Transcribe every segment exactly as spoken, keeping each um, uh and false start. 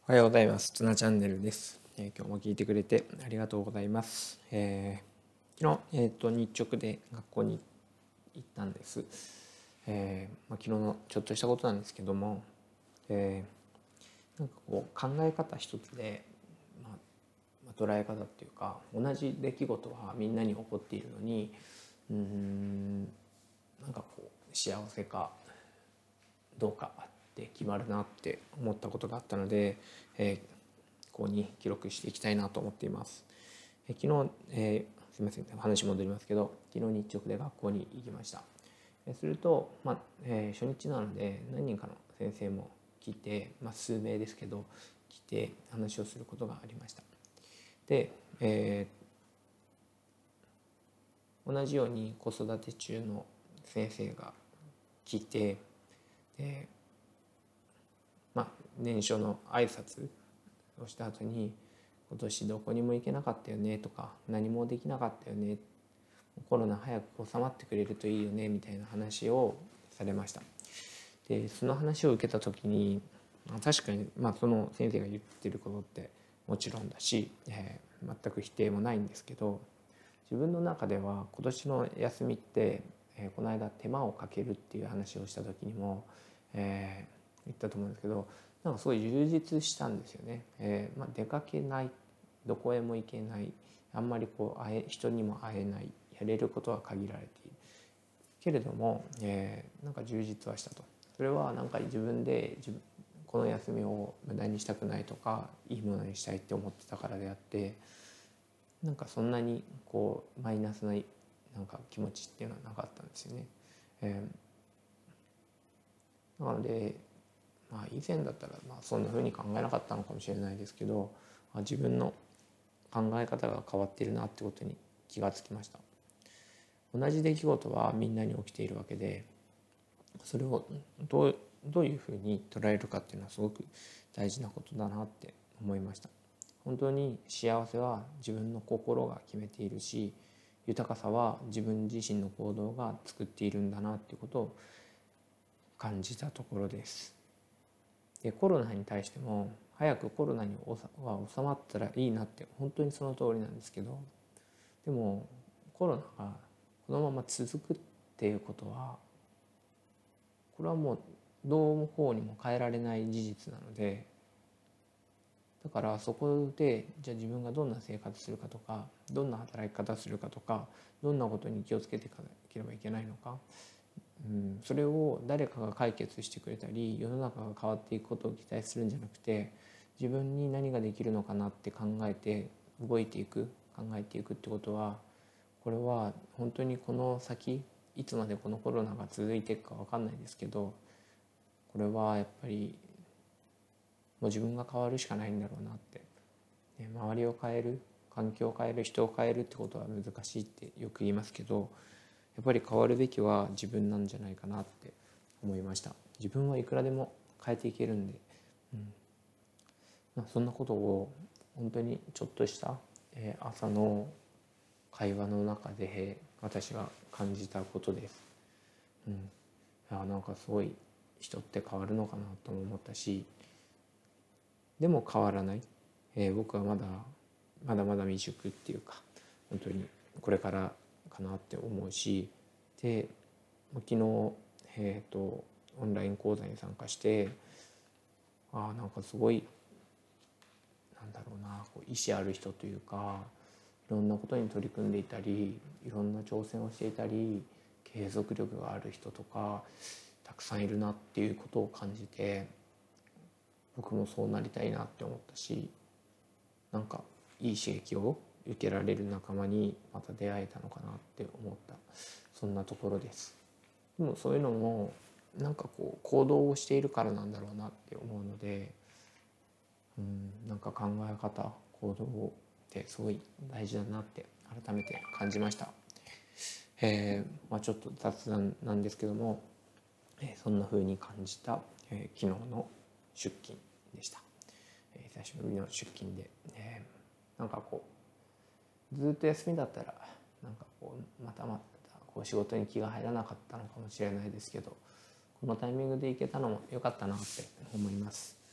おはようございます。つなチャンネルです。えー今日も聞いてくれてありがとうございます。えー昨日、えーと、日直で学校に行ったんです。えーまあ、昨日のちょっとしたことなんですけども、えーなんかこう考え方一つで、まあまあ、捉え方っていうか、同じ出来事はみんなに起こっているのに、うーんなんかこう幸せかどうかって決まるなって思ったことがあったので、えーここに記録していきたいなと思っています。えー昨日、えーすみません話戻りますけど、昨日日直で学校に行きました。えーすると、まあえー初日なので何人かの先生も来て、まあ、数名ですけど来て話をすることがありました。で、えー同じように子育て中の先生が来て、でまあ、年初の挨拶をした後に「今年どこにも行けなかったよね」とか「何もできなかったよね」「コロナ早く収まってくれるといいよね」みたいな話をされました。でその話を受けた時に確かに、まあ、その先生が言ってることってもちろんだし、えー全く否定もないんですけど、自分の中では今年の休みって、えーこの間手間をかけるっていう話をした時にも、えー言ったと思うんですけど、なんかすごい充実したんですよね。えーまあ、出かけない、どこへも行けない、あんまりこう会え人にも会えない、やれることは限られているけれども、えーなんか充実はしたと。それはなんか自分で自分この休みを無駄にしたくないとかいいものにしたいって思ってたからであって、なんかそんなにこうマイナスななんか気持ちっていうのはなかったんですよね。えーなので、まあ、以前だったらまあそんな風に考えなかったのかもしれないですけど、自分の考え方が変わっているなってことに気がつきました。同じ出来事はみんなに起きているわけで、それをどうどういうふうに捉えるかっていうのはすごく大事なことだなって思いました。本当に幸せは自分の心が決めているし、豊かさは自分自身の行動が作っているんだなっていうことを感じたところです。でコロナに対しても早くコロナには収まったらいいなって本当にその通りなんですけど、でもコロナがこのまま続くっていうことは、これはもうどう方にも変えられない事実なので、だからそこでじゃあ自分がどんな生活するかとか、どんな働き方するかとか、どんなことに気をつけていかなければいけないのか、うん、それを誰かが解決してくれたり世の中が変わっていくことを期待するんじゃなくて、自分に何ができるのかなって考えて動いていく考えていくってことは、これは本当にこの先いつまでこのコロナが続いていくか分かんないですけど、これはやっぱりもう自分が変わるしかないんだろうなって、ね、周りを変える、環境を変える、人を変えるってことは難しいってよく言いますけど、やっぱり変わるべきは自分なんじゃないかなって思いました。自分はいくらでも変えていけるんで、うんまあ、そんなことを本当にちょっとした、えー朝の会話の中で私が感じたことです。うん、いやなんかすごい人って変わるのかなとも思ったし、でも変わらない、えー僕はまだまだまだ未熟っていうか、本当にこれからかなって思うし、で昨日、えー、とオンライン講座に参加して、あなんかすごいなんだろうな、こう意志ある人というか、いろんなことに取り組んでいたり、いろんな挑戦をしていたり、継続力がある人とかたくさんいるなっていうことを感じて、僕もそうなりたいなって思ったし、なんかいい刺激を受けられる仲間にまた出会えたのかなって思った、そんなところです。でもそういうのもなんかこう行動をしているからなんだろうなって思うので、うん、なんか考え方行動ってすごい大事だなって改めて感じました。えーまあ、ちょっと雑談なんですけども、えーそんな風に感じた、えー昨日の出勤でした。えー久しぶりの出勤で、えーなんかこうずっと休みだったらなんかこうまたまたこう仕事に気が入らなかったのかもしれないですけど、このタイミングで行けたのも良かったなって思います。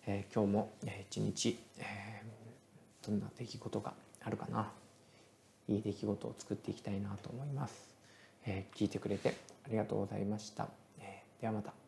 えー、今日も一日、えー、どんな出来事があるかな、いい出来事を作っていきたいなと思います。えー、聞いてくれてありがとうございました。えー、ではまた。